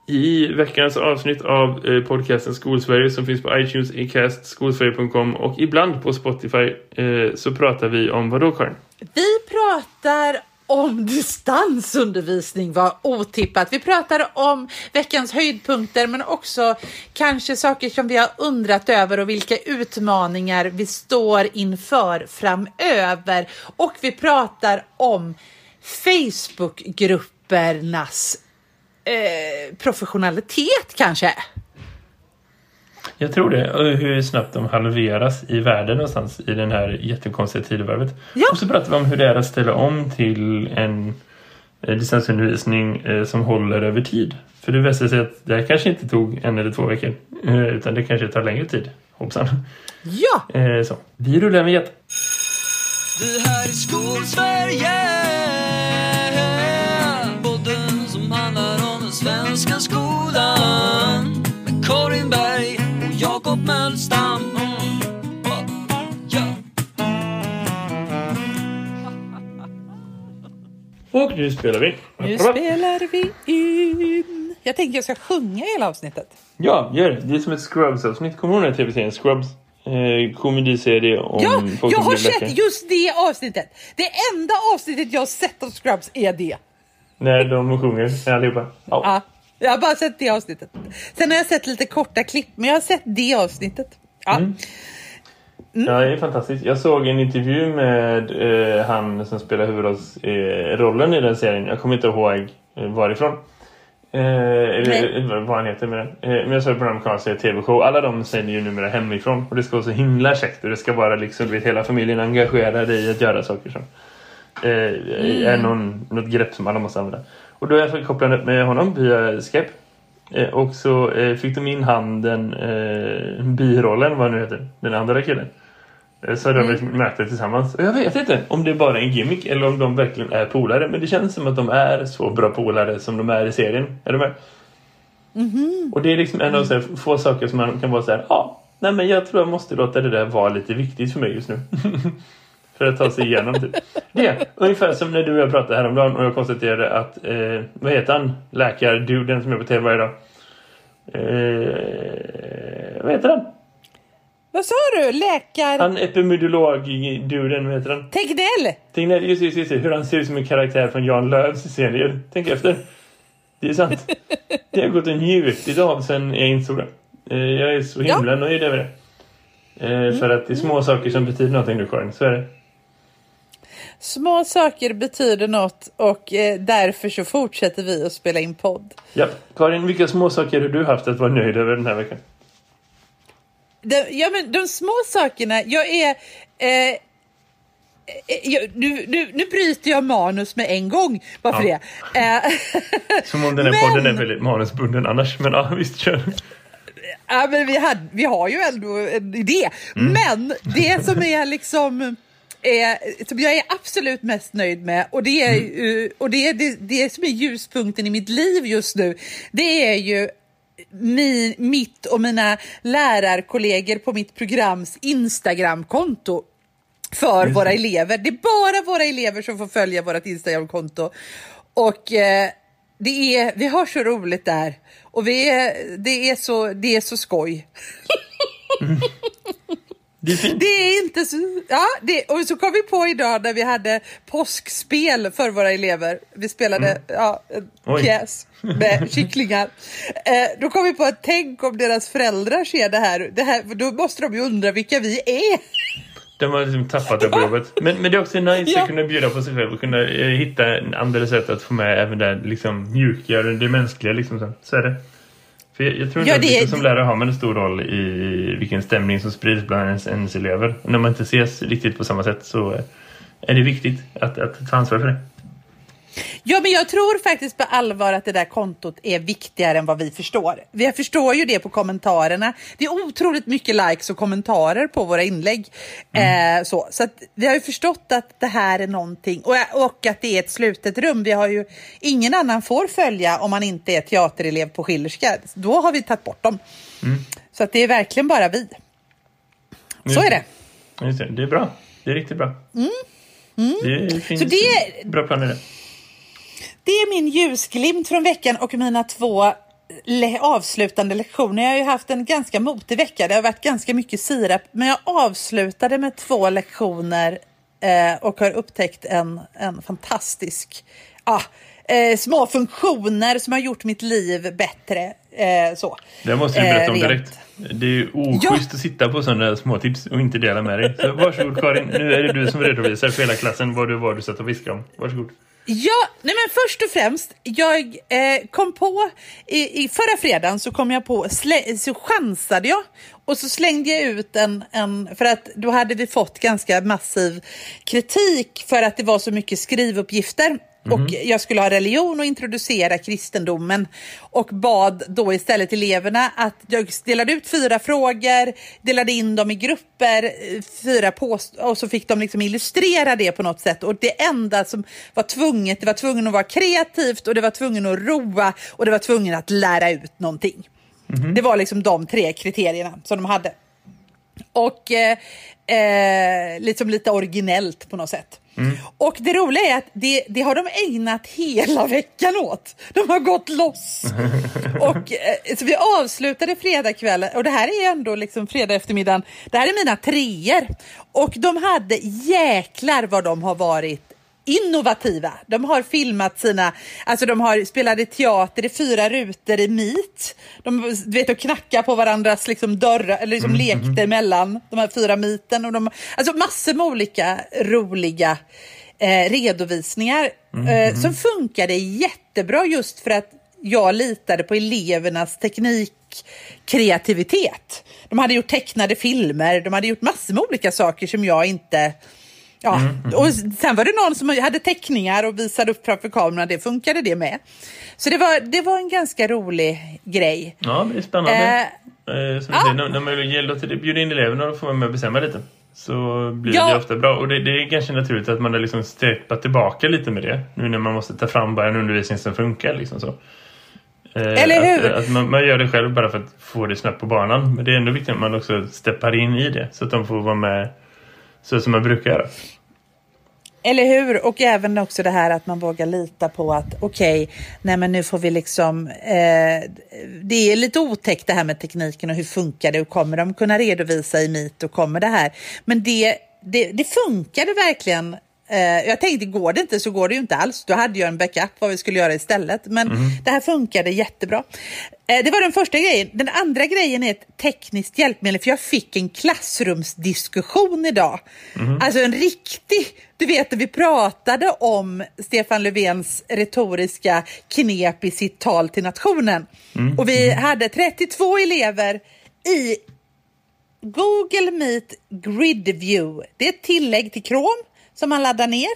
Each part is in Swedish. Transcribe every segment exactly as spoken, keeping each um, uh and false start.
I veckans avsnitt av eh, podcasten Skolsverige som finns på iTunes, Acast, skolsverige punkt com och ibland på Spotify eh, så pratar vi om vad då, Karin? Vi pratar om distansundervisning, var otippat. Vi pratar om veckans höjdpunkter men också kanske saker som vi har undrat över och vilka utmaningar vi står inför framöver. Och vi pratar om Facebookgruppernas eh, professionalitet kanske. Jag tror det. Och hur snabbt de halveras i världen någonstans i den här jättekonstiga tidevarvet. Ja. Och så pratar vi om hur det är att ställa om till en eh, distansundervisning eh, som håller över tid. För det visar sig att det här kanske inte tog en eller två veckor. Eh, utan det kanske tar längre tid. Hoppsan. Ja. Eh, så. Vi rullar med ett. Vi här i Skolsverige, podden som handlar om den svenska skolan. Med Karin Berg och Jakob Mölstam. Ja. Och nu spelar vi. Nu spelar vi in. Jag tänker jag ska sjunga hela avsnittet. Ja, gör det. Det är som ett Scrubs-avsnitt. Kommer du ihåg den tv-serien Scrubs? Eh, komediserie om Ja, folk jag som har blir läkare. sett just det avsnittet. Det enda avsnittet jag har sett av Scrubs är det. När de sjunger allihopa. Ja. Ja, jag har bara sett det avsnittet. Sen har jag sett lite korta klipp, men jag har sett det avsnittet. Ja. Mm. Mm. Ja, det är fantastiskt. Jag såg en intervju med eh, han som spelar huvudrollen eh, i den serien. Jag kommer inte ihåg eh, varifrån. Eh, eller vad han heter med den. Eh, men jag såg på den amerikanska tv-show. Alla de sänder ju numera hemifrån. Och det ska vara så himla käckt. Och det ska vara liksom, vet, hela familjen engagerad i att göra saker som eh, mm. är någon, något grepp som alla måste använda. Och då har jag kopplat upp med honom via Skype. Eh, och så eh, fick de in han den eh, birollen, vad nu heter, den andra killen. Eh, så hade de mm. möte tillsammans. Och jag vet inte om det är bara en gimmick eller om de verkligen är polare. Men det känns som att de är så bra polare som de är i serien. Är du med? Mm-hmm. Och det är liksom en av så här, få saker som man kan vara så här, ja, ah, nej men jag tror jag måste låta det där vara lite viktigt för mig just nu. För att ta sig igenom typ. Det är ungefär som när du och jag pratade häromdagen och jag konstaterade att, eh, vad heter han? Läkarduden som är på tv varje dag. Eh, vad heter han? Vad sa du? Läkar... Han epidemiolog-duden, vad heter han? Tegnell! Tegnell, just, just, just, hur han ser ut som en karaktär från Jan Lööfs serier. Tänk efter. Det är sant. Det har gått en njutit av sen jag insåg det. Eh, jag är så himla ja. nöjd över det. Eh, mm. För att det är små saker som betyder någonting nu, Karin. Så är det. Små saker betyder något och eh, därför så fortsätter vi att spela in podd. Ja, Karin, vilka små saker har du haft att vara nöjd över den här veckan? De, ja, men de små sakerna, jag är... Eh, jag, nu, nu, nu bryter jag manus med en gång. Varför ja. det? Eh, Som om den här men, podden är väldigt manusbunden annars. Men ja, visst kör. Ja, men vi, hade, vi har ju ändå en idé. Mm. Men det som är liksom... Eh, som jag är absolut mest nöjd med och det är, mm. uh, och det, är det, det som är ljuspunkten i mitt liv just nu, det är ju min, mitt och mina lärarkollegor på mitt programs Instagramkonto för mm. våra elever. Det är bara våra elever som får följa vårt Instagramkonto och eh, det är, vi har så roligt där och vi är, det, är så, det är så skoj. Mm. Det är, det är inte så... Ja, det, och så kom vi på idag när vi hade påskspel för våra elever. Vi spelade mm. ja, en Oj. pjäs med kycklingar. Eh, då kom vi på att tänk om deras föräldrar ser det här. Det här då måste de ju undra vilka vi är. De har liksom tappat det på jobbet. Men, men det är också nice ja. att kunna bjuda på sig själv och kunna eh, hitta en andra sätt att få med även där liksom mjukgöra det mänskliga. Liksom så. så är det. För jag, jag tror inte ja, det, att liksom som lärare har man en stor roll i vilken stämning som sprids bland ens, ens elever. Och när man inte ses riktigt på samma sätt så är det viktigt att, att ta ansvar för det. Ja, men jag tror faktiskt på allvar att det där kontot är viktigare än vad vi förstår. Vi förstår ju det på kommentarerna. Det är otroligt mycket likes och kommentarer på våra inlägg. Mm. Eh, så så att vi har ju förstått att det här är någonting. Och, och att det är ett slutet rum. Vi har ju ingen annan får följa om man inte är teaterelev på Schillerska. Då har vi tagit bort dem. Mm. Så att det är verkligen bara vi. Så är det. Just det. Det är bra. Det är riktigt bra. Mm. Mm. Det finns så det är bra planer. Det är min ljusglimt från veckan och mina två le- avslutande lektioner. Jag har ju haft en ganska motig vecka. Det har varit ganska mycket sirap. Men jag avslutade med två lektioner eh, och har upptäckt en, en fantastisk... Ah, eh, små funktioner som har gjort mitt liv bättre. Eh, så. Det måste du berätta om eh, direkt. Det är ju oschysst ja. att sitta på sådana små tips och inte dela med dig. Så varsågod Karin, nu är det du som redovisar för hela klassen vad du var du satt och viskade om. Varsågod. Ja, nej men först och främst, jag eh, kom på, i, i förra fredagen så kom jag på, slä, så chansade jag och så slängde jag ut en, en, för att då hade vi fått ganska massiv kritik för att det var så mycket skrivuppgifter. Och jag skulle ha religion och introducera kristendomen och bad då istället eleverna att jag delade ut fyra frågor, delade in dem i grupper, fyra post och så fick de liksom illustrera det på något sätt. Och det enda som var tvunget, det var tvungen att vara kreativt och det var tvungen att roa och det var tvungen att lära ut någonting. Mm-hmm. Det var liksom de tre kriterierna som de hade. Och eh, eh, liksom lite originellt på något sätt. Mm. Och det roliga är att det, det har de ägnat hela veckan åt. De har gått loss. Och eh, så vi avslutade fredagskvällen. Och det här är ändå liksom fredag eftermiddagen. Det här är mina treor. Och de hade jäklar vad de har varit innovativa. De har filmat sina, alltså de har spelat teater i fyra rutor i Meet. De vet att knacka på varandras liksom dörrar eller liksom mm, lekte mm. mellan de här fyra Meeten och de, alltså massor med olika roliga eh, redovisningar mm, eh, mm. som funkade jättebra just för att jag litade på elevernas teknik, kreativitet. De hade gjort tecknade filmer, de hade gjort massor med olika saker som jag inte... Ja, mm, mm. och sen var det någon som hade teckningar och visade upp framför kameran, det funkade det med. Så det var, det var en ganska rolig grej. Ja, det är spännande. Eh, eh, som ja. säger, när, när man gäller till det, bjuder in eleverna och får man med bestämma lite. Så blir ja. det ofta bra. Och det, det är ganska naturligt att man har liksom steppat tillbaka lite med det. Nu när man måste ta fram bara en undervisning som funkar. Liksom så. Eh, Eller hur? Att, att man, man gör det själv bara för att få det snabbt på banan. Men det är ändå viktigt att man också steppar in i det. Så att de får vara med så som man brukar göra. Eller hur? Och även också det här att man vågar lita på att okej, okay, nej men nu får vi liksom eh, det är lite otäckt det här med tekniken och hur funkar det och kommer de kunna redovisa i Meet och kommer det här. Men det, det, det funkade verkligen. Eh, jag tänkte, går det inte så går det ju inte alls. Då hade jag en backup vad vi skulle göra istället. Men mm. det här funkade jättebra. Eh, det var den första grejen. Den andra grejen är ett tekniskt hjälpmedel. För jag fick en klassrumsdiskussion idag. Mm. Alltså en riktig... Du vet, vi pratade om Stefan Löfvens retoriska knep i sitt tal till nationen. Mm. Och vi hade trettiotvå elever i Google Meet Grid View. Det är ett tillägg till Chrome som man laddar ner.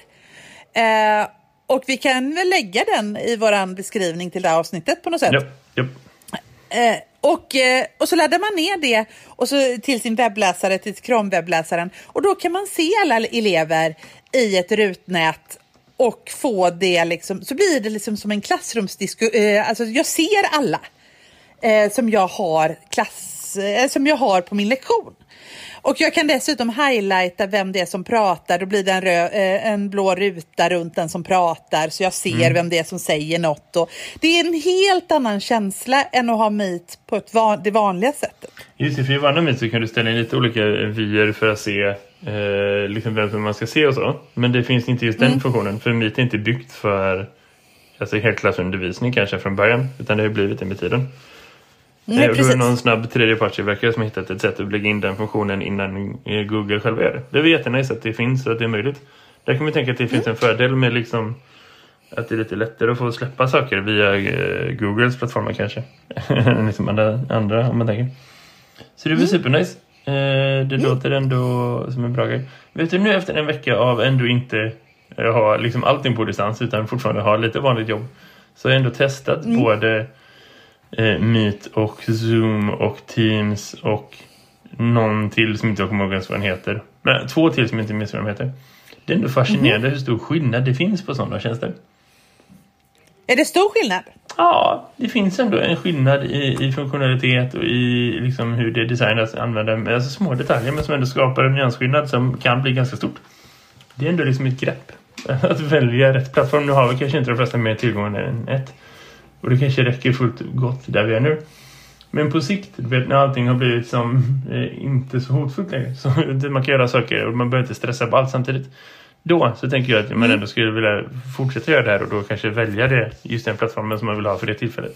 Eh, och vi kan väl lägga den i våran beskrivning till det här avsnittet på något sätt. Yep, yep. Eh, och, eh, och så laddar man ner det och så till sin webbläsare, till Chrome-webbläsaren. Och då kan man se alla elever i ett rutnät och få det liksom, så blir det liksom som en klassrumsdiskussion. Eh, alltså jag ser alla eh, som jag har klass, eh, som jag har på min lektion. Och jag kan dessutom highlighta vem det är som pratar. Då blir det en, rö, eh, en blå ruta runt den som pratar. Så jag ser mm. vem det är som säger något. Och det är en helt annan känsla än att ha Meet på ett van, det vanliga sättet. Just det, för i vanliga Meet så kan du ställa in lite olika vyer för att se eh, liksom vem man ska se och så. Men det finns inte just den mm. funktionen. För Meet är inte byggt för alltså, helklassundervisning kanske från början. Utan det har blivit det med tiden. Nej, jag tror någon snabb tredjepartstillverkare som har hittat ett sätt att lägga in den funktionen innan Google själv gör det. Det är jättenice att det finns och att det är möjligt. Där kan vi tänka att det finns en fördel med liksom att det är lite lättare att få släppa saker via Googles plattformar kanske. Än liksom andra, andra om man tänker. Så det blir mm. supernice. Det mm. låter ändå som en bra grej. Vet du, nu efter en vecka av ändå inte ha liksom allting på distans utan fortfarande ha lite vanligt jobb. Så har jag ändå testat mm. både Eh, Meet och Zoom och Teams och någon till som inte jag kommer ihåg ens vad den heter. Men två till som inte minns vad de heter. Det är ändå fascinerande mm. hur stor skillnad det finns på sådana tjänster. Är det stor skillnad? Ja, det finns ändå en skillnad i, i funktionalitet och i liksom hur det designas att använda alltså små detaljer men som ändå skapar en nyansskillnad som kan bli ganska stort. Det är ändå liksom ett grepp att välja rätt plattform. Nu har vi kanske inte de flesta mer tillgång än ett. Och det kanske räcker fullt gott där vi är nu. Men på sikt, du vet, när allting har blivit som eh, inte så hotfullt längre, så man kan göra saker och man behöver inte stressa på allt samtidigt. Då så tänker jag att man ändå skulle vilja fortsätta göra det här och då kanske välja det, just den plattformen som man vill ha för det tillfället.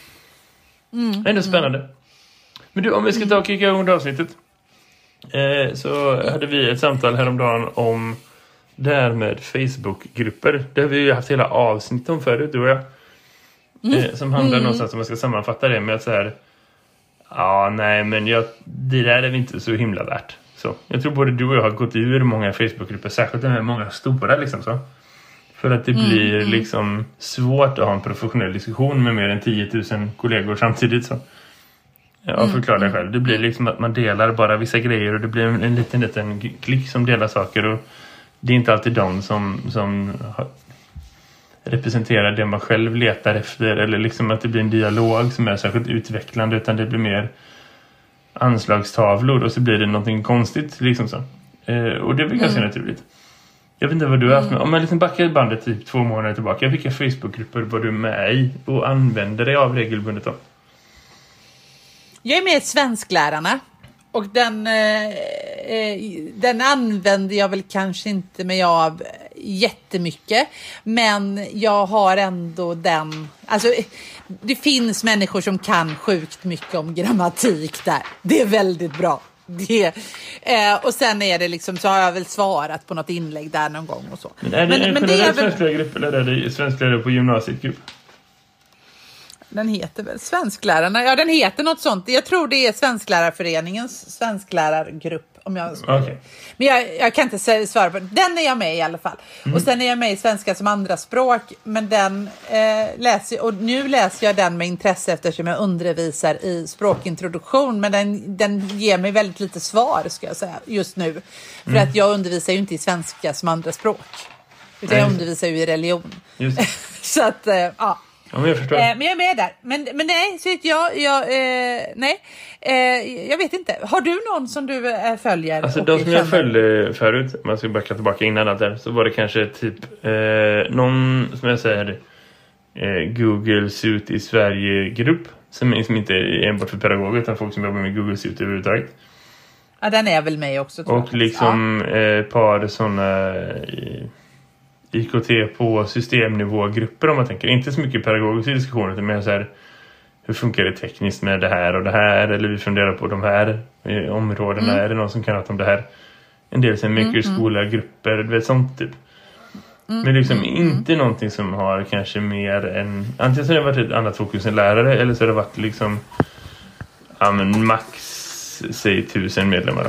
Mm. Ändå spännande. Mm. Men du, om vi ska ta och kicka igång det avsnittet, eh, så hade vi ett samtal häromdagen om det här med Facebook-grupper. Det har vi ju haft hela avsnitt om förut, du och jag. Mm. Eh, som handlar mm. någonstans, om man ska sammanfatta det med att så här, ja, nej, men jag, det där är inte så himla värt. Så, jag tror både du och jag har gått ur många Facebook-grupper, särskilt de här många stora liksom så. För att det mm. blir liksom svårt att ha en professionell diskussion med mer än tio tusen kollegor samtidigt så. Ja, förklara det själv. Det blir liksom att man delar bara vissa grejer och det blir en liten, liten klick som delar saker och det är inte alltid de som, som representerar det man själv letar efter eller liksom att det blir en dialog som är särskilt utvecklande, utan det blir mer anslagstavlor och så blir det någonting konstigt liksom så. Eh, och det blir ganska mm. naturligt. Jag vet inte vad du har haft med. Om man liksom backar bandet typ två månader tillbaka, vilka Facebookgrupper var du med i och använder dig av regelbundet då? Jag är med i Svensklärarna och den, eh, den använder jag väl kanske inte mig av jättemycket, men jag har ändå den, alltså det finns människor som kan sjukt mycket om grammatik där, det är väldigt bra. Det, eh, och sen är det liksom, så har jag väl svarat på något inlägg där någon gång och så. Men är det men, en men det är väl svensklärargrupp eller är det svensklärare på gymnasietgrupp? Den heter väl Svensklärarna. Ja, den heter något sånt. Jag tror det är Svensklärarföreningens svensklärargrupp. Om jag okay. Men jag, jag kan inte svara på det. Den är jag med i alla fall. Mm. Och sen är jag med i svenska som andra språk. Men den eh, läser och nu läser jag den med intresse eftersom jag undervisar i språkintroduktion. Men den, den ger mig väldigt lite svar, ska jag säga, just nu. För mm. att jag undervisar ju inte i svenska som andra språk. Utan jag undervisar ju i religion. Just. Så att, eh, ja. Ja, men jag förstår. Eh, men jag är med där. Men, men nej, så jag, jag, eh, nej eh, jag vet inte. Har du någon som du eh, följer? Alltså de som jag följde förut, man ska backa tillbaka innan allt där, så var det kanske typ eh, någon, som jag säger, eh, Google Suit i Sverige-grupp, som, som inte är enbart för pedagoger utan folk som jobbar med Google Suit överhuvudtaget. Ja, den är väl med också, tror och jag. Liksom ja. eh, par sådana eh, I K T på systemnivågrupper, om man tänker. Inte så mycket pedagogiska diskussioner, utan mer så här, hur funkar det tekniskt med det här och det här? Eller vi funderar på de här eh, områdena. Mm. Är det någon som kan något om det här? En del så mycket mm, skolgrupper, du vet, sånt typ. Mm, Men liksom mm, inte mm. någonting som har kanske mer än... Antingen så har det varit ett annat fokus än lärare, eller så har det varit liksom ja, men max, säg tusen medlemmar då.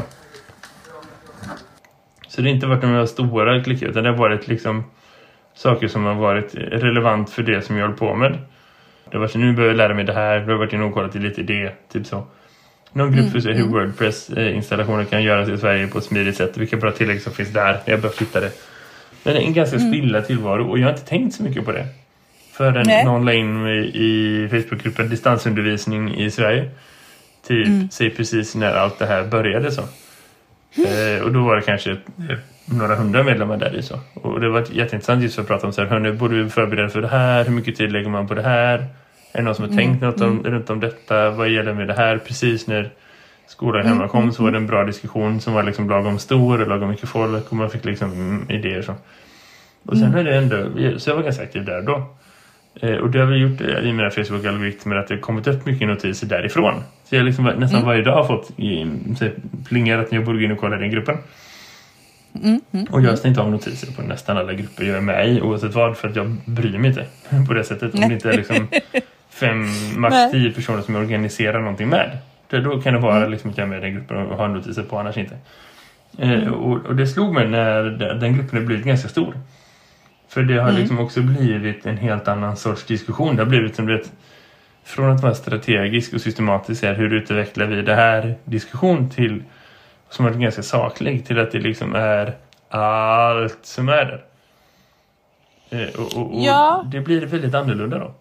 Så det har inte varit några stora klickar, utan det har varit liksom saker som har varit relevant för det som jag håller på med. Det har varit så, nu behöver jag lära mig det här, det har varit nog kollat till lite det, typ så. Någon grupp för sig hur WordPress-installationer kan göras i Sverige på ett smidigt sätt. Vilka bra tillägg som finns där, jag börjar flytta det. Men det är en ganska stilla tillvaro och jag har inte tänkt så mycket på det. Förrän någon la in mig i Facebookgruppen distansundervisning i Sverige. Typ, mm. säg precis när allt det här började så. Eh, och då var det kanske ett, några hundra medlemmar där i så. Och det var jätteintressant just för att prata om så här, hörni, borde vi förbereda för det här? Hur mycket tid lägger man på det här? Är det någon som har mm. tänkt något om, mm. runt om detta? Vad gäller med det här? Precis när skolan hemma kom så var det en bra diskussion som var liksom lagom stor och lagom mycket folk och man fick liksom mm, idéer så. Och sen mm. är det ändå, så jag var ganska aktiv där då. Eh, och det har vi gjort i mina Facebook-algoritmer att det har kommit upp mycket notiser därifrån. Så jag liksom nästan mm. varje dag har fått plingar att jag borde gå in och kolla den gruppen. Mm. Mm. Och jag har stängt av notiser på nästan alla grupper jag är med i, oavsett vad, för att jag bryr mig inte på det sättet. Om det inte är liksom fem, max tio personer som organiserar någonting med. Då kan det vara mm. liksom att jag är med i den gruppen och har notiser på, annars inte. Mm. Eh, och, och det slog mig när den gruppen har blivit ganska stor. För det har mm. liksom också blivit en helt annan sorts diskussion. Det har blivit som det, från att vara strategisk och systematisk, är hur utvecklar vi det här diskussion till, som är ganska saklig, till att det liksom är allt som är där. Eh, och och, och ja. Det blir väldigt annorlunda då.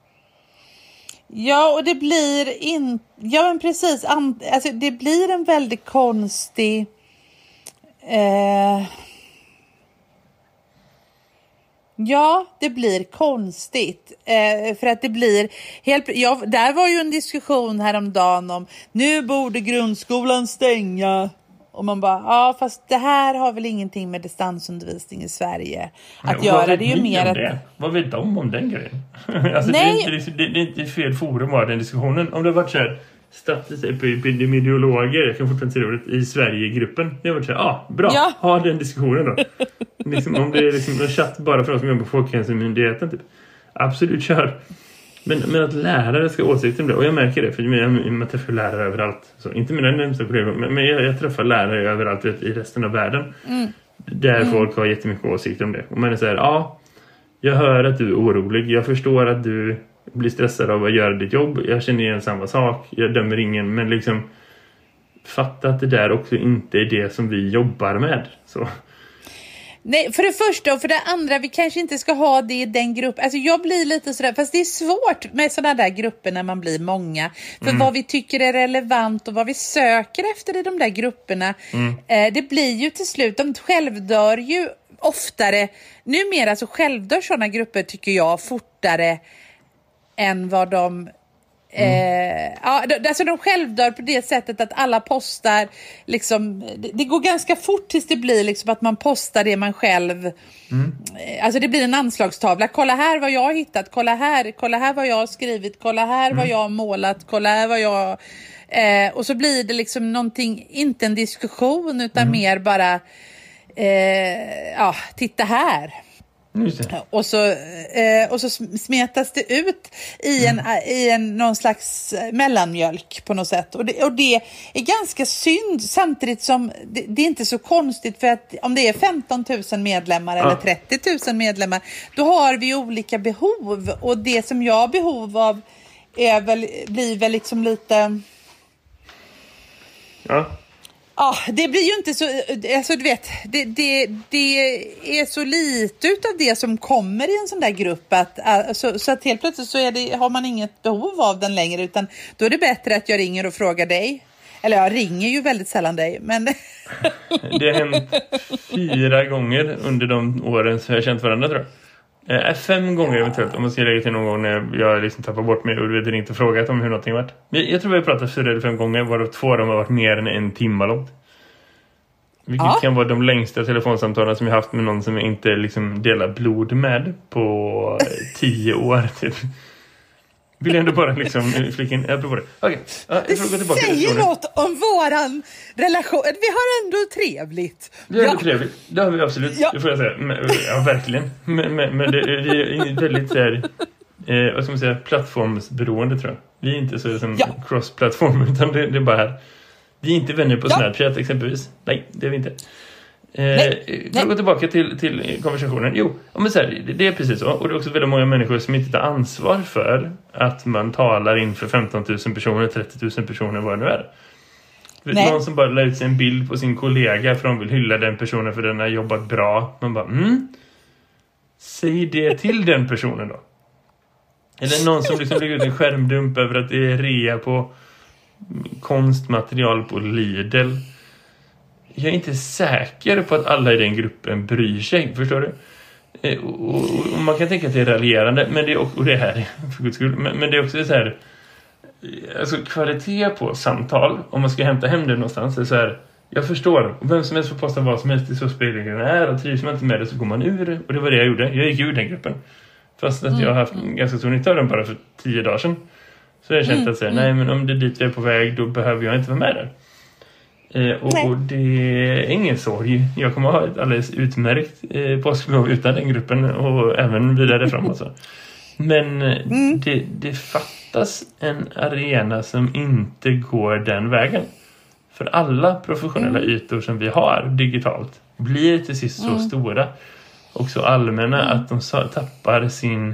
Ja, och det blir in, ja men precis, alltså det blir en väldigt konstig eh... Ja, det blir konstigt. Eh, för att det blir helt... Ja, där var ju en diskussion häromdagen om nu borde grundskolan stänga. Och man bara, ja fast det här har väl ingenting med distansundervisning i Sverige att ja, göra. Det är ju mer att... Det? Vad vet de om den grejen? Alltså, Nej. Det, är inte, det, det är inte fel forum att ha den diskussionen. Om det har varit så här statisepidemiologer, jag kan fortfarande säga ordet, i Sverige-gruppen. Det har varit så här, ah, bra, ja. Ha den diskussionen då. Liksom, om det är liksom en chatt bara för oss som jobbar på Folkhälsomyndigheten typ. Absolut, kör. Men, men att lärare ska åsikta om det. Och jag märker det, för jag, jag träffar lärare överallt. Så, inte mina närmsta kollegor, men, men jag, jag träffar lärare överallt vet, i resten av världen. Mm. Där mm. folk har jättemycket åsikter om det. Och man är så här, ja, jag hör att du är orolig. Jag förstår att du blir stressad av att göra ditt jobb. Jag känner igen samma sak. Jag dömer ingen, men liksom fatta att det där också inte är det som vi jobbar med. Så... Nej, för det första och för det andra, vi kanske inte ska ha det i den gruppen. Alltså jag blir lite sådär, fast det är svårt med sådana där grupper när man blir många. För mm. vad vi tycker är relevant och vad vi söker efter i de där grupperna, mm. eh, det blir ju till slut, de självdör ju oftare. Numera så självdör sådana grupper tycker jag fortare än vad de... Mm. Eh, ja, alltså de självdör på det sättet att alla postar liksom, det, det går ganska fort tills det blir liksom att man postar det man själv mm. eh, alltså det blir en anslagstavla, kolla här vad jag har hittat, kolla här, kolla här vad jag har skrivit, kolla här mm. vad jag har målat, kolla här vad jag eh, och så blir det liksom någonting, inte en diskussion utan mm. mer bara eh, ja, titta här. Och så, eh, och så smetas det ut i en, mm. i en någon slags mellanmjölk på något sätt. Och det, och det är ganska synd samtidigt som det, det är inte så konstigt, för att om det är femton tusen medlemmar ja. eller trettio tusen medlemmar, då har vi olika behov. Och det som jag har behov av är väl, blir väl liksom lite... Ja. Ja, det blir ju inte så, alltså du vet, det, det, det är så lite utav det som kommer i en sån där grupp att, alltså, så att helt plötsligt så är det, har man inget behov av den längre, utan då är det bättre att jag ringer och frågar dig. Eller jag ringer ju väldigt sällan dig, men... Det har hänt fyra gånger under de åren som jag har känt varandra, tror jag. Äh, fem gånger eventuellt, om man ska lägga till någon gång när jag liksom tappar bort mig och du vet inte frågat om hur någonting varit. Jag, jag tror vi har pratat fyra eller fem gånger, varav två av dem har varit mer än en timme långt. Vilket ja. kan vara de längsta telefonsamtalen som jag haft med någon som jag inte liksom delar blod med på tio år typ. Vill jag ändå bara liksom flika in, jag provar det. Okej, okay. ja, jag får gå tillbaka till säger något om våran relation. Vi har ändå trevligt. Vi har ändå ja. trevligt, det har vi absolut, ja. det får jag säga. Men, ja, verkligen. Men, men, men det, det är väldigt så här, eh, vad ska man säga, plattformsberoende tror jag. Vi är inte så som ja. cross-plattform, utan det, det är bara här. Vi är inte vänner på ja. Snapchat exempelvis. Nej, det är vi inte. Eh, Nej. För att gå tillbaka till, till konversationen. Jo, men så här, det är precis så. Och det är också väldigt många människor som inte tar ansvar för att man talar inför femton tusen personer, trettio tusen personer, vad det nu är. Nej. Någon som bara lär ut sig en bild på sin kollega för de vill hylla den personen för den har jobbat bra. Man bara, mm, säg det till den personen då. Eller någon som liksom lägger ut en skärmdump över att det är rea på konstmaterial på Lidl. Jag är inte säker på att alla i den gruppen bryr sig, förstår du? Och, och, och man kan tänka att det är raljerande, men det är också, och det här för guds skull, men, men det är också så här, alltså kvalitet på samtal, om man ska hämta hem det någonstans, är så här, jag förstår, vem som helst får posta vad som helst, det är så spelningen är, och trivs man inte med det så går man ur, och det var det jag gjorde, jag gick ur den gruppen, fast att jag har haft ganska stor nytta av den bara för tio dagar sedan. Så jag känt att säga, nej men om det är dit vi är på väg, då behöver jag inte vara med där. Eh, och, och det är ingen sorg. Jag kommer ha ett alldeles utmärkt eh, påsklov utan den gruppen och även vidare framåt. Så. Men mm. det, det fattas en arena som inte går den vägen. För alla professionella mm. ytor som vi har digitalt blir till sist mm. så stora och så allmänna mm. att de tappar sin...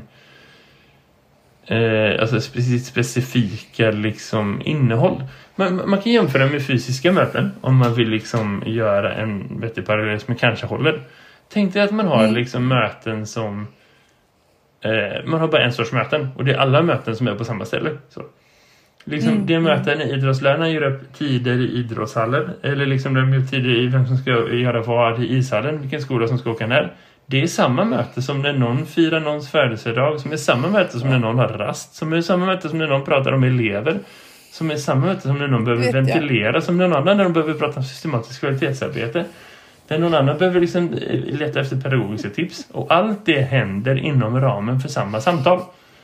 Eh, alltså sitt specifika liksom innehåll. Man, man kan jämföra med fysiska möten om man vill liksom göra en vettig parallell som kanske håller. Tänk dig att man har mm. liksom möten som eh, man har bara en sorts möten och det är alla möten som är på samma ställe. Så. Liksom mm. det möten i idrottslärarna gör upp tider i idrottshallen eller liksom de gör tider i vem som ska göra vad i ishallen, vilken skola som ska åka när. Det är samma möte som när någon firar någons födelsedag, som är samma möte som när någon har rast, som är samma möte som när någon pratar om elever, som är samma möte som när någon behöver ventilera, som när någon annan när de behöver prata om systematiskt kvalitetsarbete. Där någon annan behöver liksom leta efter pedagogiska tips. Och allt det händer inom ramen för samma samtal.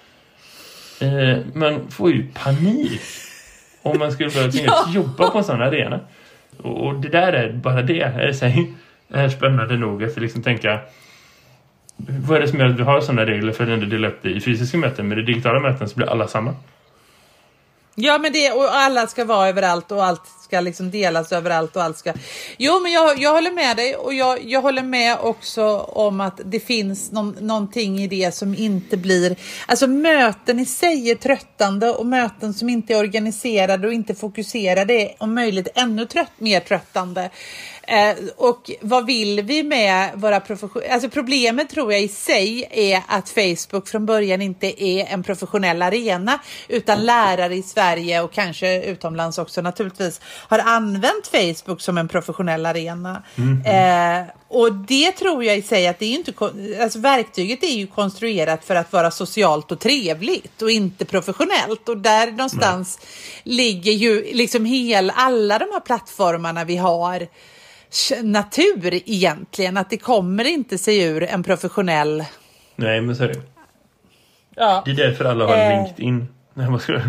Eh, man får ju panik om man skulle börja ja. jobba på en sån arena. Och, och det där är bara det. Är, så här, är spännande nog att liksom tänka, vad är det som gör att vi har sådana regler för att ändå dela upp det i fysiska möten? Med det digitala möten så blir alla samma. Ja, men det, och alla ska vara överallt och allt ska liksom delas överallt och allt ska... Jo, men jag, jag håller med dig, och jag, jag håller med också om att det finns någon, någonting i det som inte blir... Alltså möten i sig är tröttande, och möten som inte är organiserade och inte fokuserade är om möjligt ännu trött, mer tröttande. Eh, och vad vill vi med våra professioner? Alltså problemet tror jag i sig är att Facebook från början inte är en professionell arena, utan lärare i Sverige och kanske utomlands också naturligtvis har använt Facebook som en professionell arena. Mm. Eh, och det tror jag i sig att det är inte, alltså verktyget är ju konstruerat för att vara socialt och trevligt och inte professionellt, och där någonstans Nej. ligger ju liksom hel, alla de här plattformarna vi har natur egentligen, att det kommer inte se ur en professionell... Nej, men så är det. Ja. Det är därför alla har eh... LinkedIn. Nej, vad ska du...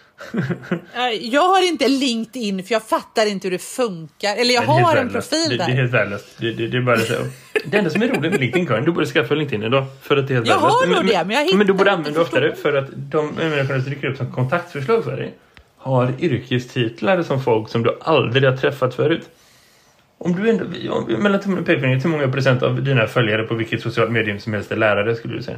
Jag har inte LinkedIn för jag fattar inte hur det funkar. Eller jag har en profil det, där. Det är helt värdelöst. Det, det, det är bara så. Det enda som är roligt med LinkedIn, Karin, du borde skaffa LinkedIn idag. För att det är helt jag värdelöst. har nog det, men jag hittar Men du borde använda oftare, för att de människor som dyker upp som kontaktförslag för dig har yrkestitlar som folk som du aldrig har träffat förut. Om du ändå, mellan tummen och pekfingret, hur många procent av dina följare på vilket socialt medium som helst är lärare, skulle du säga?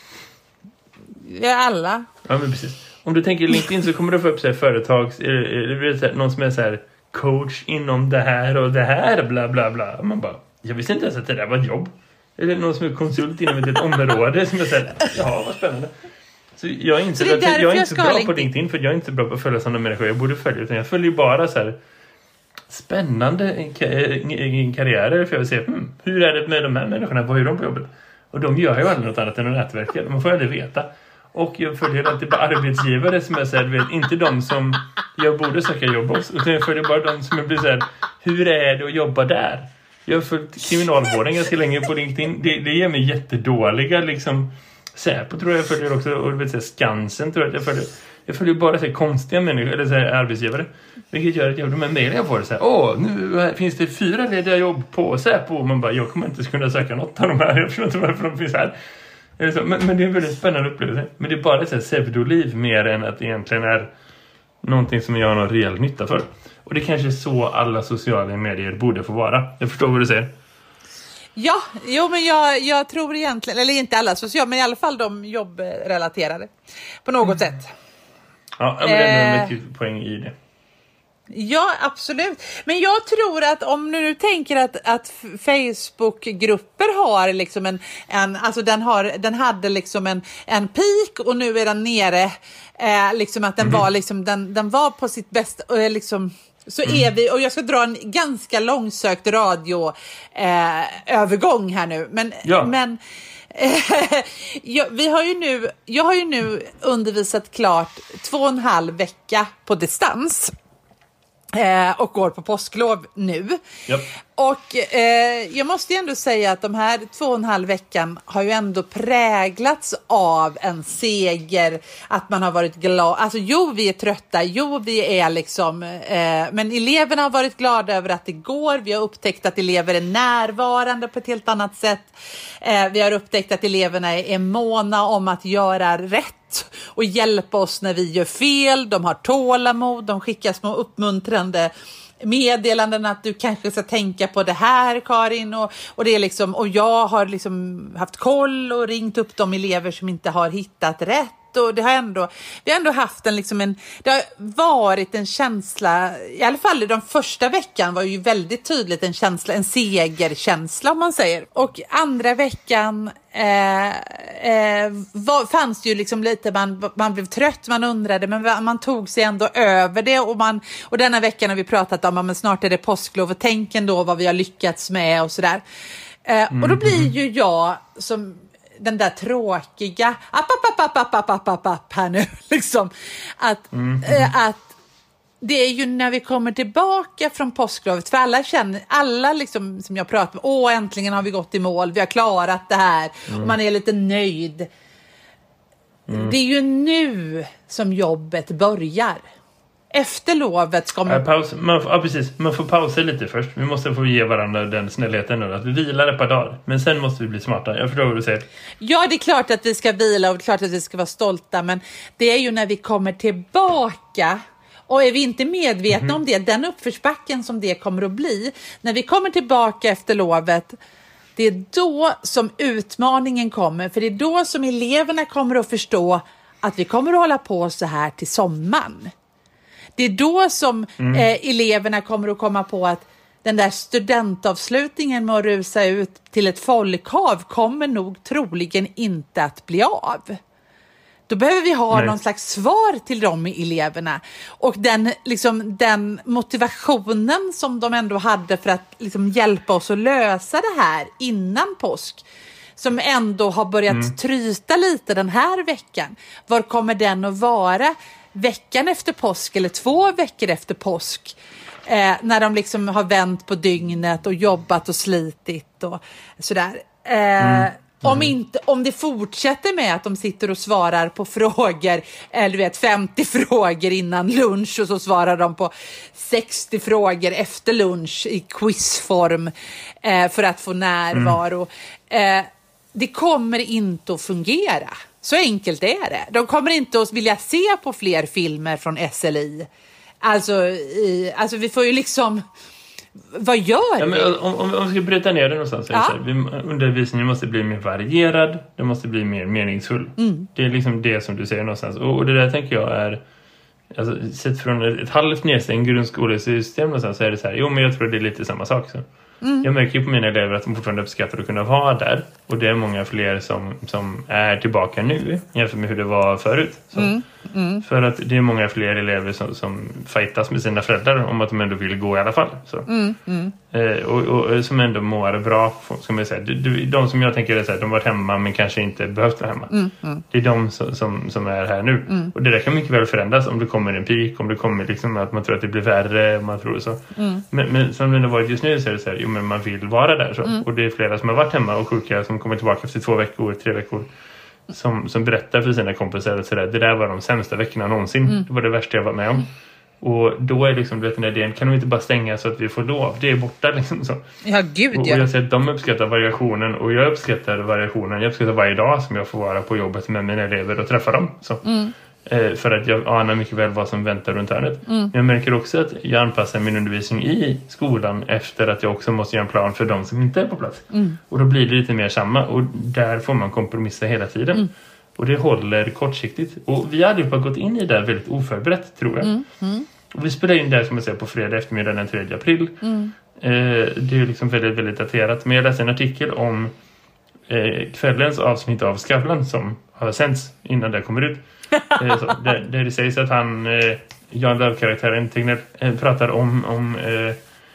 Ja, alla. Ja, men precis. Om du tänker LinkedIn så kommer du få upp så här företags, eller någon som är så här coach inom det här och det här, bla bla bla. Och man bara, jag visste inte ens att det där var ett jobb. Eller någon som är konsult inom ett område som är så här, ja, vad spännande. Så jag är inte, så, att jag, jag är inte så bra LinkedIn. på LinkedIn, för jag är inte så bra på att följa sådana människor jag borde följa, utan jag följer bara så här spännande karriärer, för jag vill se, hmm, hur är det med de här människorna, vad gör de på jobbet? Och de gör ju aldrig något annat än att nätverka, man får aldrig veta. Och jag följer alltid bara arbetsgivare som jag säger, vet, inte de som jag borde söka jobb hos, utan jag följer bara de som jag blir så här, hur är det att jobba där? Jag har följt kriminalvården ganska länge på LinkedIn, det, det ger mig jättedåliga liksom, Säpo tror jag jag följer också, och vet, så här, Skansen tror jag att jag följer. Jag följer bara så här konstiga människor, eller så här, arbetsgivare. Vilket gör att jag, de här mejlen jag får så här, åh, nu finns det fyra lediga jobb på Säpo. Och man bara, jag kommer inte kunna söka något av de här. Jag förstår inte varför de finns här. Men, men det är en väldigt spännande upplevelse. Men det är bara ett så här pseudoliv mer än att det egentligen är någonting som jag har någon reell nytta för. Och det kanske är så alla sociala medier borde få vara. Jag förstår vad du säger. Ja, jo, men jag, jag tror egentligen, eller inte alla sociala, men i alla fall de jobbrelaterade på något mm. sätt. Ja, men det är en viktig poäng i det. Ja, absolut. Men jag tror att om du nu tänker att, att Facebook-grupper har liksom en, en alltså den, har, den hade liksom en, en peak och nu är den nere, eh, liksom att den mm. var liksom, den, den var på sitt bästa, och liksom, så mm. är vi, och jag ska dra en ganska långsökt radio eh, övergång här nu, men, ja. men jag, vi har ju nu, jag har ju nu undervisat klart två och en halv vecka på distans. Eh, och går på påsklov nu. Yep. Och eh, jag måste ju ändå säga att de här två och en halv veckan har ju ändå präglats av en seger, att man har varit glad. Alltså jo, vi är trötta, jo, vi är liksom, eh, men eleverna har varit glada över att det går. Vi har upptäckt att elever är närvarande på ett helt annat sätt. Eh, vi har upptäckt att eleverna är, är måna om att göra rätt och hjälpa oss när vi gör fel. De har tålamod, de skickar små uppmuntrande meddelanden att du kanske ska tänka på det här, Karin, och, och det är liksom, och jag har liksom haft koll och ringt upp de elever som inte har hittat rätt. Och det har ändå, vi har ändå haft en, liksom en, det har varit en känsla, i alla fall i de första veckan var ju väldigt tydligt en känsla, en segerkänsla om man säger. Och andra veckan eh, eh, var, fanns det ju liksom lite, man, man blev trött, man undrade, men man tog sig ändå över det. Och, man, och denna veckan har vi pratat om, men snart är det påsklov och tänk ändå vad vi har lyckats med och sådär. Eh, mm. Och då blir ju jag som den där tråkiga app, app, app, app, app, app, app, app här nu liksom att, mm. eh, att det är ju när vi kommer tillbaka från påsklovet, för alla känner, alla liksom som jag pratar med, åh äntligen har vi gått i mål, vi har klarat det här, mm. och man är lite nöjd. Mm. Det är ju nu som jobbet börjar. Efter lovet ska man... Ja, paus. Man får, ja, precis. Man får pausa lite först. Vi måste få ge varandra den snällheten nu. Att vi vilar ett par dagar. Men sen måste vi bli smarta. Jag förstår vad du säger. Ja, det är klart att vi ska vila och det är klart att vi ska vara stolta. Men det är ju när vi kommer tillbaka... Och är vi inte medvetna mm. om det, den uppförsbacken som det kommer att bli. När vi kommer tillbaka efter lovet... Det är då som utmaningen kommer. För det är då som eleverna kommer att förstå att vi kommer att hålla på så här till sommaren. Det är då som mm. eh, eleverna kommer att komma på att den där studentavslutningen med att rusa ut till ett folkhav kommer nog troligen inte att bli av. Då behöver vi ha Nej. någon slags svar till de eleverna. Och den, liksom, den motivationen som de ändå hade för att liksom, hjälpa oss att lösa det här innan påsk. Som ändå har börjat mm. tryta lite den här veckan. Var kommer den att vara veckan efter påsk eller två veckor efter påsk? Eh, när de liksom har vänt på dygnet och jobbat och slitit och sådär. Eh, mm. Mm. Om, inte, om det fortsätter med att de sitter och svarar på frågor, eller du vet femtio frågor innan lunch och så svarar de på sextio frågor efter lunch i quizform eh, för att få närvaro. Mm. Eh, det kommer inte att fungera. Så enkelt är det. De kommer inte att vilja se på fler filmer från S L I. Alltså, i, alltså vi får ju liksom... Vad gör ja, men om, om, om vi ska bryta ner det någonstans ja. så här, vi, undervisningen måste bli mer varierad, den måste bli mer meningsfull. Mm. Det är liksom det som du säger någonstans. Och, och det där tänker jag är alltså, sett från ett halvt nedstängt grundskolesystem någonstans så är det så här, jo men jag tror det är lite samma sak så. Mm. Jag märker ju på mina elever att de fortfarande uppskattar att kunna vara där. Och det är många fler som, som är tillbaka nu jämfört med hur det var förut. Så. Mm. Mm. För att det är många fler elever som, som fightas med sina föräldrar om att de ändå vill gå i alla fall. Så. Mm. Mm. Eh, och, och som ändå mår bra, ska man säga. De, de som jag tänker är så här, de har varit hemma men kanske inte behövt vara hemma. Mm. Mm. Det är de som, som, som är här nu. Mm. Och det där kan mycket väl förändras om det kommer en peak, om det kommer liksom att man tror att det blir värre, man tror så. Mm. Men, men som det har varit just nu så är det så här, jo men man vill vara där så. Mm. Och det är flera som har varit hemma och sjuka som kommer tillbaka efter två veckor, tre veckor. Som, som berättar för sina kompisar att sådär, det där var de sämsta veckorna någonsin. Mm. Det var det värsta jag var med om. Och då är liksom, du vet, den här idén, kan de inte bara stänga så att vi får lov? Det är borta liksom så. Ja, gud ja. Och, och jag säger att de uppskattar variationen och jag uppskattar variationen. Jag uppskattar varje dag som jag får vara på jobbet med mina elever och träffa dem. Så. Mm. Eh, för att jag anar mycket väl vad som väntar runt hörnet. Mm. Jag märker också att jag anpassar min undervisning i skolan efter att jag också måste göra en plan för de som inte är på plats. Mm. Och då blir det lite mer samma och där får man kompromissa hela tiden. Mm. Och det håller kortsiktigt. Och vi hade ju bara gått in i det väldigt oförberett, tror jag. Mm. Mm. Och vi spelade in det som jag säger på fredag eftermiddag den tredje april. Mm. Eh, det är liksom väldigt, väldigt daterat. Men jag läste en artikel om eh, kvällens avsnitt av Skavlan som har sänds innan det kommer ut. eh, så, där, där det sägs att han, eh, Jan Lööf-karaktären Tegnell, eh, pratar om, om eh,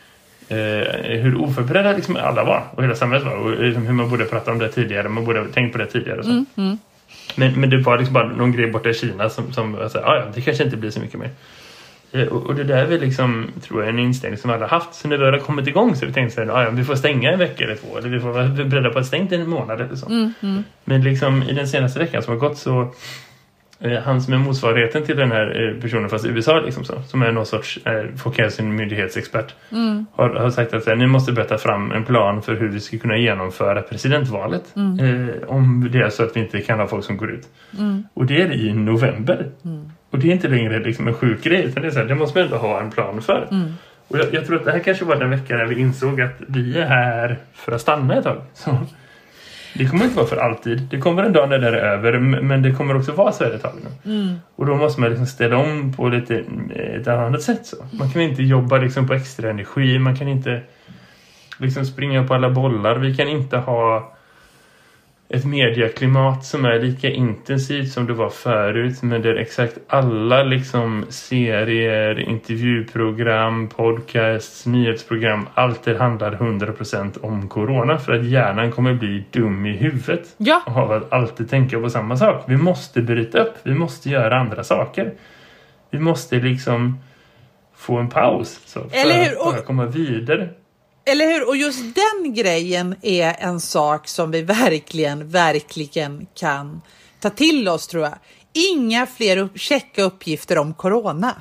eh, hur oförberedda liksom alla var. Och hela samhället var. Och liksom, hur man borde prata om det tidigare. Man borde ha tänkt på det tidigare. Och så. Mm. Mm. Men, men det var liksom bara någon grej borta i Kina som, som alltså, ah, ja, det kanske inte blir så mycket mer. Eh, och, och det där är väl liksom, tror jag, en inställning som alla haft. Så när vi har kommit igång så vi tänkte så här, ah, ja, vi får stänga en vecka eller två. Eller vi får vara beredda på att stänga en månad eller så. Mm, mm. Men liksom i den senaste veckan som har gått så eh, han som är motsvarigheten till den här eh, personen fast i U S A liksom så, som är någon sorts eh, folkhälsomyndighetsexpert mm. har, har sagt att eh, ni måste berätta fram en plan för hur vi ska kunna genomföra presidentvalet mm. eh, om det är så att vi inte kan ha folk som går ut. Mm. Och det är i november. Mm. Och det är inte längre liksom en sjuk grej utan det är så här, det måste man ändå ha en plan för. Mm. Och jag, jag tror att det här kanske var den veckan när vi insåg att vi är här för att stanna ett tag. Så det kommer inte vara för alltid. Det kommer en dag när det är över. Men det kommer också vara så här ett tag nu. Mm. Och då måste man liksom ställa om på lite ett annat sätt. Så. Man kan inte jobba liksom på extra energi. Man kan inte liksom springa på alla bollar. Vi kan inte ha ett medieklimat som är lika intensivt som det var förut, men där exakt alla liksom serier, intervjuprogram, podcasts, nyhetsprogram, allt det handlar hundra procent om corona, för att hjärnan kommer bli dum i huvudet ja. av att alltid tänka på samma sak. Vi måste bryta upp, vi måste göra andra saker. Vi måste liksom få en paus så, för Eller hur? att komma vidare. Eller hur? Och just den grejen är en sak som vi verkligen, verkligen kan ta till oss, tror jag. Inga fler upp- checka uppgifter om corona.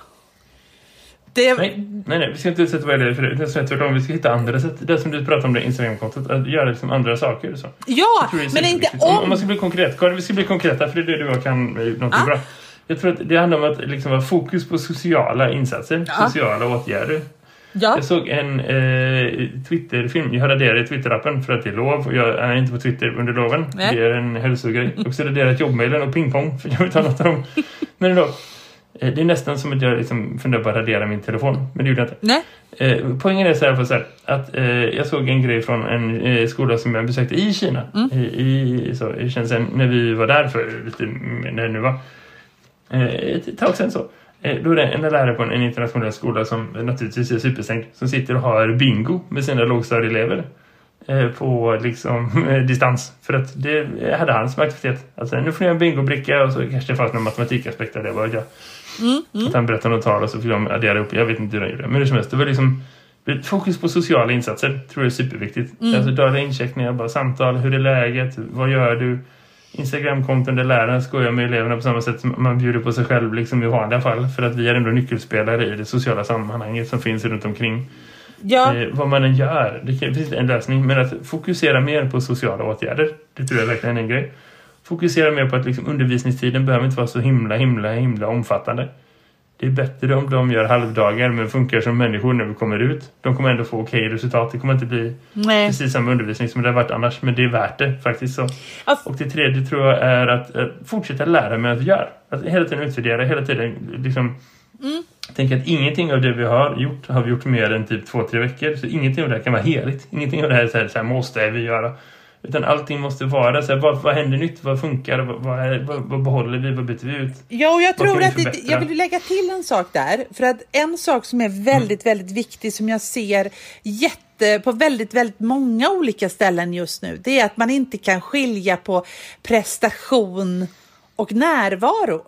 Det... Nej, nej, nej, vi ska inte utsätta vad det är för det. Det är tvärtom, vi ska hitta andra sätt. Det som du pratar om, det Instagram-kontot, att göra liksom andra saker. Så. Ja, men inte om... om... man ska bli konkret, Karin, vi ska bli konkreta, för det är det du och kan något ah. bra. Jag tror att det handlar om att liksom vara fokus på sociala insatser, ja. sociala åtgärder. Ja. Jag såg en eh, Twitter-film. Jag har raderat Twitter-appen för att det är lov. Jag är inte på Twitter under loven. Nej. Det är en hälsogrej. Och så raderat jobbmailen och pingpong, för jag vill ta något av dem. Men då, eh, det är nästan som att jag liksom funderar på att radera min telefon. Men det gjorde jag inte. Nej. Eh, poängen är så här, för så här att eh, jag såg en grej från en eh, skola som jag besökte i Kina. Mm. I, i, så, det känns sen när vi var där för lite, när det nu var. Eh, ett tag sedan så. Då är det en lärare på en internationell skola som naturligtvis är superstängt, som sitter och har bingo med sina lågstadieelever på liksom distans. För att det hade han som aktivitet. Alltså, nu får jag en bingobricka och så kanske det fanns någon matematikaspekt av det. Var jag. Mm, mm. Att han berättade något tal och så fick de addera upp. Jag vet inte hur de gjorde. Men det som helst, det var liksom fokus på sociala insatser. Tror jag är superviktigt. Mm. Alltså dagliga incheckningar, bara samtal. Hur är läget? Vad gör du? Instagram-konton där läraren skojar med eleverna på samma sätt som man bjuder på sig själv liksom i vanliga fall. För att vi är ändå nyckelspelare i det sociala sammanhanget som finns runt omkring. Ja. Eh, vad man än gör, det finns inte en lösning. Men att fokusera mer på sociala åtgärder, det tror jag verkligen är en grej. Fokusera mer på att liksom, undervisningstiden behöver inte vara så himla, himla, himla omfattande. Det är bättre om de gör halvdagar men funkar som människor när vi kommer ut. De kommer ändå få okej resultat. Det kommer inte bli Nej. precis samma undervisning som det har varit annars. Men det är värt det faktiskt så. Alltså. Och det tredje tror jag är att eh, fortsätta lära mig att göra. Att hela tiden utvärdera, hela tiden liksom... Mm. Tänk att ingenting av det vi har gjort har vi gjort mer än typ två, tre veckor. Så ingenting av det här kan vara heligt. Ingenting av det här är så här, så här måste vi göra. Utan allting måste vara så här, vad, vad händer nytt, vad funkar, vad, vad, är, vad, vad behåller vi, vad byter vi ut? Ja, och jag tror att det, jag vill lägga till en sak där. För att en sak som är väldigt, mm. väldigt viktig, som jag ser jätte, på väldigt, väldigt många olika ställen just nu, det är att man inte kan skilja på prestation och närvaro.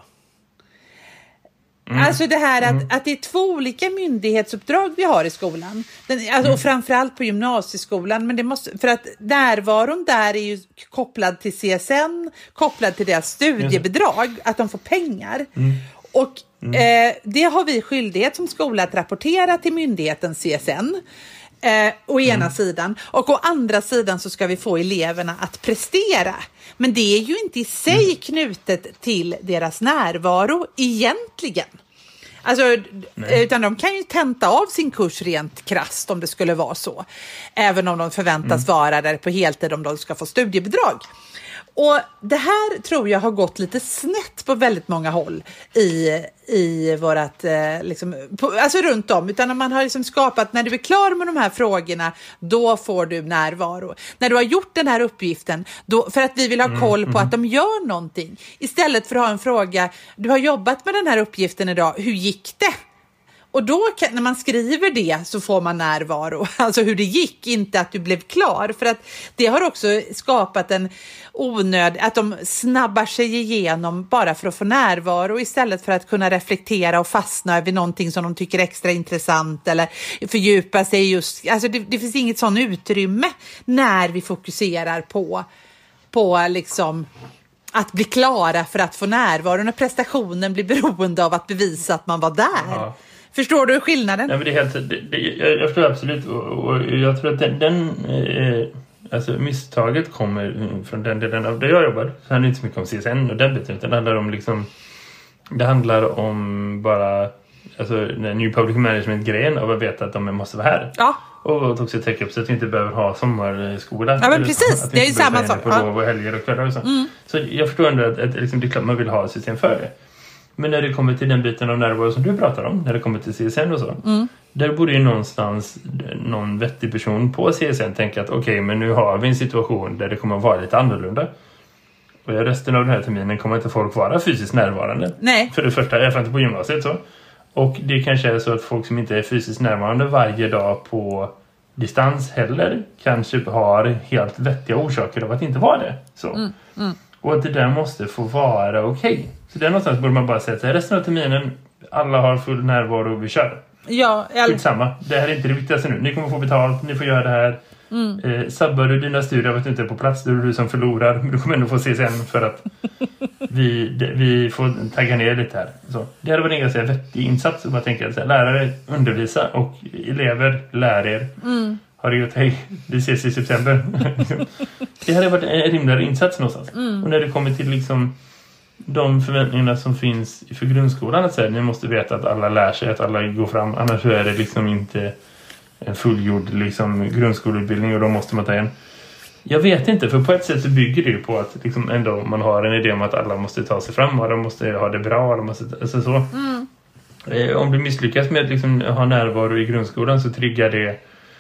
Mm. Alltså det här att, mm. att det är två olika myndighetsuppdrag vi har i skolan. Den, alltså, mm. Och framförallt på gymnasieskolan. Men det måste, för att närvaron där är ju kopplad till C S N, kopplad till deras studiebidrag, att de får pengar. Mm. Och mm. Eh, det har vi skyldighet som skola att rapportera till myndigheten C S N. Eh, å ena mm. sidan. Och å andra sidan så ska vi få eleverna att prestera. Men det är ju inte i sig mm. knutet till deras närvaro egentligen. Alltså, utan de kan ju tenta av sin kurs rent krasst om det skulle vara så. Även om de förväntas mm. vara där på heltid om de ska få studiebidrag. Och det här tror jag har gått lite snett på väldigt många håll i, i vårat, eh, liksom, på, alltså runt om. Utan när man har liksom skapat, när du är klar med de här frågorna, då får du närvaro. När du har gjort den här uppgiften, då, för att vi vill ha koll på mm, mm. att de gör någonting. Istället för att ha en fråga, du har jobbat med den här uppgiften idag, hur gick det? Och då kan, när man skriver det så får man närvaro. Alltså hur det gick, inte att du blev klar. För att det har också skapat en onöd, att de snabbar sig igenom bara för att få närvaro. Istället för att kunna reflektera och fastna över någonting som de tycker är extra intressant. Eller fördjupa sig just. Alltså det, det finns inget sån utrymme när vi fokuserar på, på liksom... att bli klara för att få närvaro. När prestationen blir beroende av att bevisa att man var där. Ja. Förstår du skillnaden? Nej, men det är helt, det, det, jag, jag förstår absolut. Och, och jag tror att den, den eh, alltså misstaget kommer från den delen av där jag jobbar. Så handlar det inte så mycket om C S N och den biten. Utan det handlar om liksom, det handlar om bara alltså den New Public Management-grejen av att veta att de måste vara här. Ja. Och också täcka upp så att vi inte behöver ha sommarskola. Ja, men precis. Det är ju samma sak. På lov och helger och kvällar och så. Mm. Så jag förstår ändå att, att liksom, det är klart man vill ha ett system för det. Men när det kommer till den biten av närvaro som du pratar om, när det kommer till C S N och så, mm. Där borde ju någonstans någon vettig person på C S N tänka att okej, okay, men nu har vi en situation där det kommer att vara lite annorlunda. Och resten av den här terminen kommer inte folk vara fysiskt närvarande. Nej. För det första, jag är inte på gymnasiet så. Och det kanske är så att folk som inte är fysiskt närvarande varje dag på distans heller kanske har helt vettiga orsaker av att inte vara det. Så. Mm, mm. Och att det där måste få vara okej. Okay. Så där någonstans borde man bara säga att resten av terminen, alla har full närvaro och vi kör. Ja, jag... Skitsamma. Det här är inte det viktigaste nu. Ni kommer få betalt, ni får göra det här. Mm. Eh, sabbar du dina studier av att du inte är på plats, då är det du som förlorar. Men du kommer ändå få se sen för att vi, det, vi får tagga ner lite här. Så, det hade varit en ganska vettig insats. Man tänker att lärare undervisa och elever lär er. Mm. Har det gjort, hej, vi ses i september. Det hade varit en rimligare insats någonstans. Mm. Och när det kommer till liksom de förväntningarna som finns för grundskolan, att säga, ni måste veta att alla lär sig, att alla går fram, annars är det liksom inte en fullgjord liksom grundskoleutbildning och då måste man ta en. Jag vet inte, för på ett sätt så bygger det ju på att liksom ändå man har en idé om att alla måste ta sig fram och de måste ha det bra och de måste, alltså så. Mm. Eh, om du misslyckas med att liksom ha närvaro i grundskolan så triggar det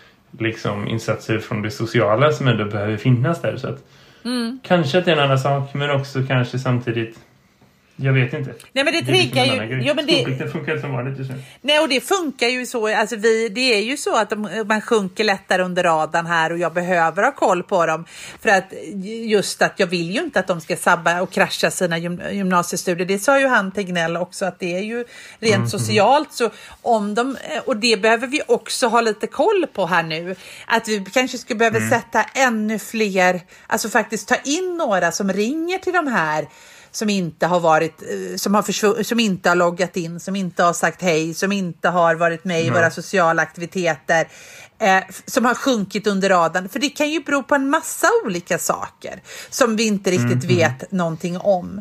liksom insatser från det sociala som ändå behöver finnas där, så att mm. kanske att det är en annan sak, men också kanske samtidigt, jag vet inte. Nej, men det, det triggar ju. Jo, men det, det funkar som vanligt just nu. Nej, och det funkar ju så. Alltså vi, det är ju så att de, man sjunker lättare under radarn här och jag behöver ha koll på dem. För att just att jag vill ju inte att de ska sabba och krascha sina gym, gymnasiestudier. Det sa ju han Tegnell också, att det är ju rent mm, socialt. Så om de, och det behöver vi också ha lite koll på här nu. Att vi kanske skulle behöva mm. sätta ännu fler, alltså faktiskt ta in några som ringer till de här som inte har varit, som har försv- som inte har loggat in, som inte har sagt hej, som inte har varit med i mm. våra sociala aktiviteter, eh, som har sjunkit under radarn. För det kan ju bero på en massa olika saker som vi inte riktigt mm. vet någonting om.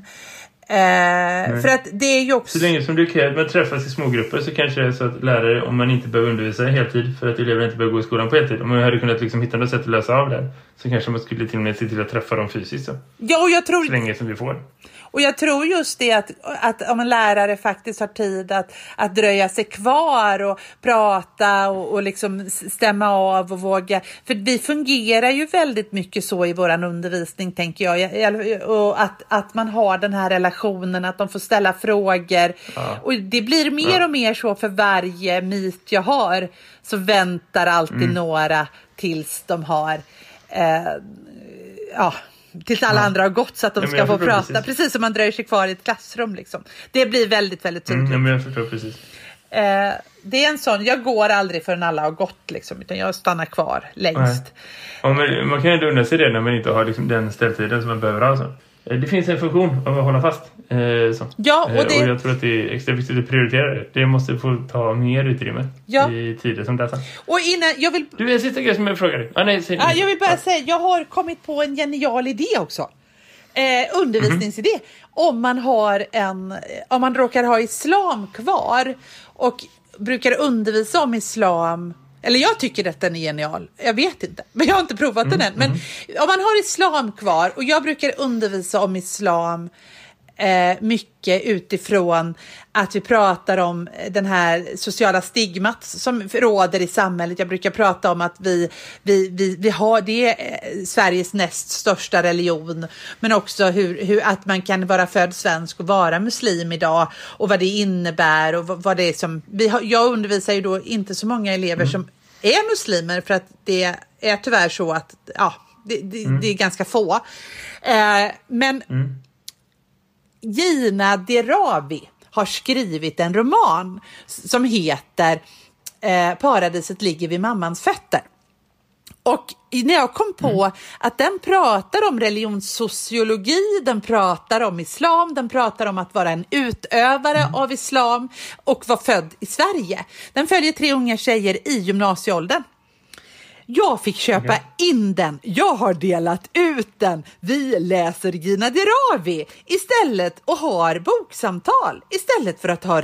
Eh, för att det är ju också... Så länge som du kan man träffas i smågrupper så kanske det är så att lärare, om man inte behöver undervisa heltid för att elever inte behöver gå i skolan på heltid, om man hade kunnat liksom hitta något sätt att lösa av det, så kanske man skulle till och med se till att träffa dem fysiskt. Så, ja, och jag tror... så länge som vi får. Och jag tror just det att, att om en lärare faktiskt har tid att, att dröja sig kvar och prata och, och liksom stämma av och våga. För vi fungerar ju väldigt mycket så i våran undervisning, tänker jag. Och att, att man har den här relationen, att de får ställa frågor. Ja. Och det blir mer ja. och mer så för varje meet jag har. Så väntar alltid mm. några tills de har... Eh, ja... tills alla ja. andra har gått så att de ja, ska få prata. Precis. precis som man dröjer sig kvar i ett klassrum. Liksom. Det blir väldigt, väldigt tydligt. Mm, ja, jag förstår precis. Eh, det är en sån, jag går aldrig förrän alla har gått. Liksom, utan jag stannar kvar längst. Ja, men man kan ju undra sig det när man inte har liksom, den ställtiden som man behöver ha. Så. Det finns en funktion av att hålla fast. Eh, så. Ja, och, det... och jag tror att det är extra viktigt att prioritera det. Det måste få ta mer utrymme ja. i tider som dessa. Och innan, jag vill... Du är en sista grej som jag frågar dig. Ah, nej, ah, jag vill bara ja. säga, jag har kommit på en genial idé också. Eh, undervisningsidé. Mm-hmm. Om man har en, om man råkar ha islam kvar och brukar undervisa om islam. Eller jag tycker att den är genial. Jag vet inte. Men jag har inte provat mm, den än. Men mm. om man har islam kvar. Och jag brukar undervisa om islam. Eh, mycket utifrån att vi pratar om den här sociala stigmat som råder i samhället. Jag brukar prata om att vi, vi, vi, vi har det är Sveriges näst största religion, men också hur, hur att man kan vara född svensk och vara muslim idag och vad det innebär och vad, vad det är som vi har, jag undervisar ju då inte så många elever mm. som är muslimer, för att det är tyvärr så att ja, det, det, mm. det är ganska få eh, men mm. Gina Dirawi har skrivit en roman som heter eh, Paradiset ligger vid mammans fötter. Och när jag kom på mm. att den pratar om religionssociologi, den pratar om islam, den pratar om att vara en utövare mm. av islam och vara född i Sverige. Den följer tre unga tjejer i gymnasieåldern. Jag fick köpa okay. in den. Jag har delat ut den. Vi läser Gina Dirawi istället och har boksamtal istället för att ha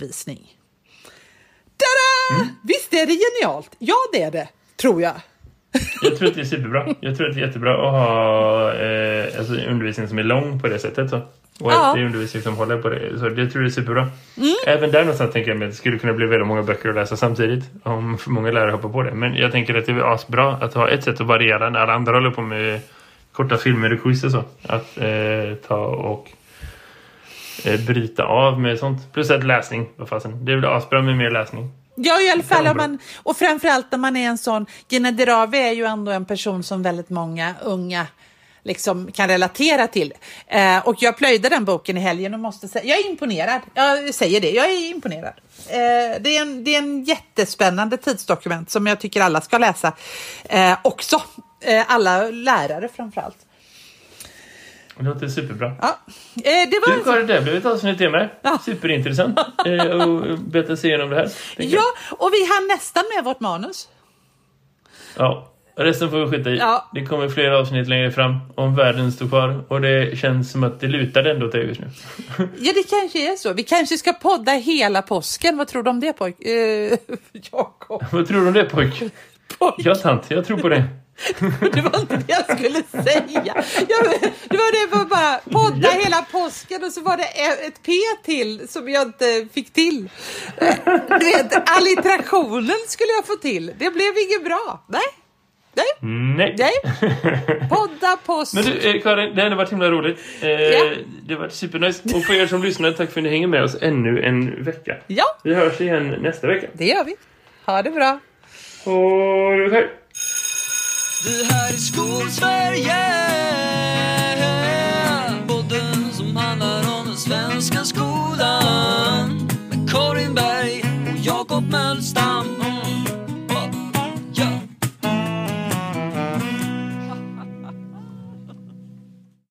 religionsundervisning. Tada! Mm. Visst är det genialt? Ja, det är det, tror jag. Jag tror att det är superbra. Jag tror att det är jättebra att ha eh, alltså, undervisning som är lång på det sättet. Så. Och ja. Det är undervisning som håller på det. Så jag tror det är superbra. Mm. Även där någonstans tänker jag att det skulle kunna bli väldigt många böcker att läsa samtidigt. Om för många lärare hoppar på det. Men jag tänker att det är asbra att ha ett sätt att variera när alla andra håller på med korta filmer och quiz och så. Att eh, ta och eh, bryta av med sånt. Plus att läsning. Vad fasen. Det är väl asbra med mer läsning. Ja, i alla fall om man, och framförallt när man är en sån, Gina Dirawi är ju ändå en person som väldigt många unga liksom kan relatera till. Eh, och jag plöjde den boken i helgen och måste säga, jag är imponerad. Jag säger det, jag är imponerad. Eh, det, är en, det är en jättespännande tidsdokument som jag tycker alla ska läsa. Eh, också, eh, alla lärare framförallt. Det låter superbra. Ja. Eh, det var du, Karin, det blev ett avsnitt till mig. Ja. Superintressant eh, och bättre se igenom det här. Ja, och vi har nästan med vårt manus. Ja, resten får vi skita i. Ja. Det kommer flera avsnitt längre fram om världen står kvar. Och det känns som att det lutar ändå till just nu. Ja, det kanske är så. Vi kanske ska podda hela påsken. Vad tror du om det, pojk? Eh, Jakob. Vad tror du om det, pojk? pojk? Ja, tant. Jag tror på det. Det var inte det jag skulle säga. Jag, det var det var bara podda yeah. hela påsken och så var det ett P till som jag inte fick till. Du vet, allitterationen skulle jag få till. Det blev inget bra. Nej. Nej. Nej. Nej. Podda påsk. Men du, Karin, det har varit himla roligt. Eh, yeah. Det har varit supernice. Och för er som lyssnar, tack för att ni hänger med oss ännu en vecka. Ja. Vi hörs igen nästa vecka. Det gör vi. Ha det bra. Och hej. Det här är Skolsverige, podden som handlar om den svenska skolan.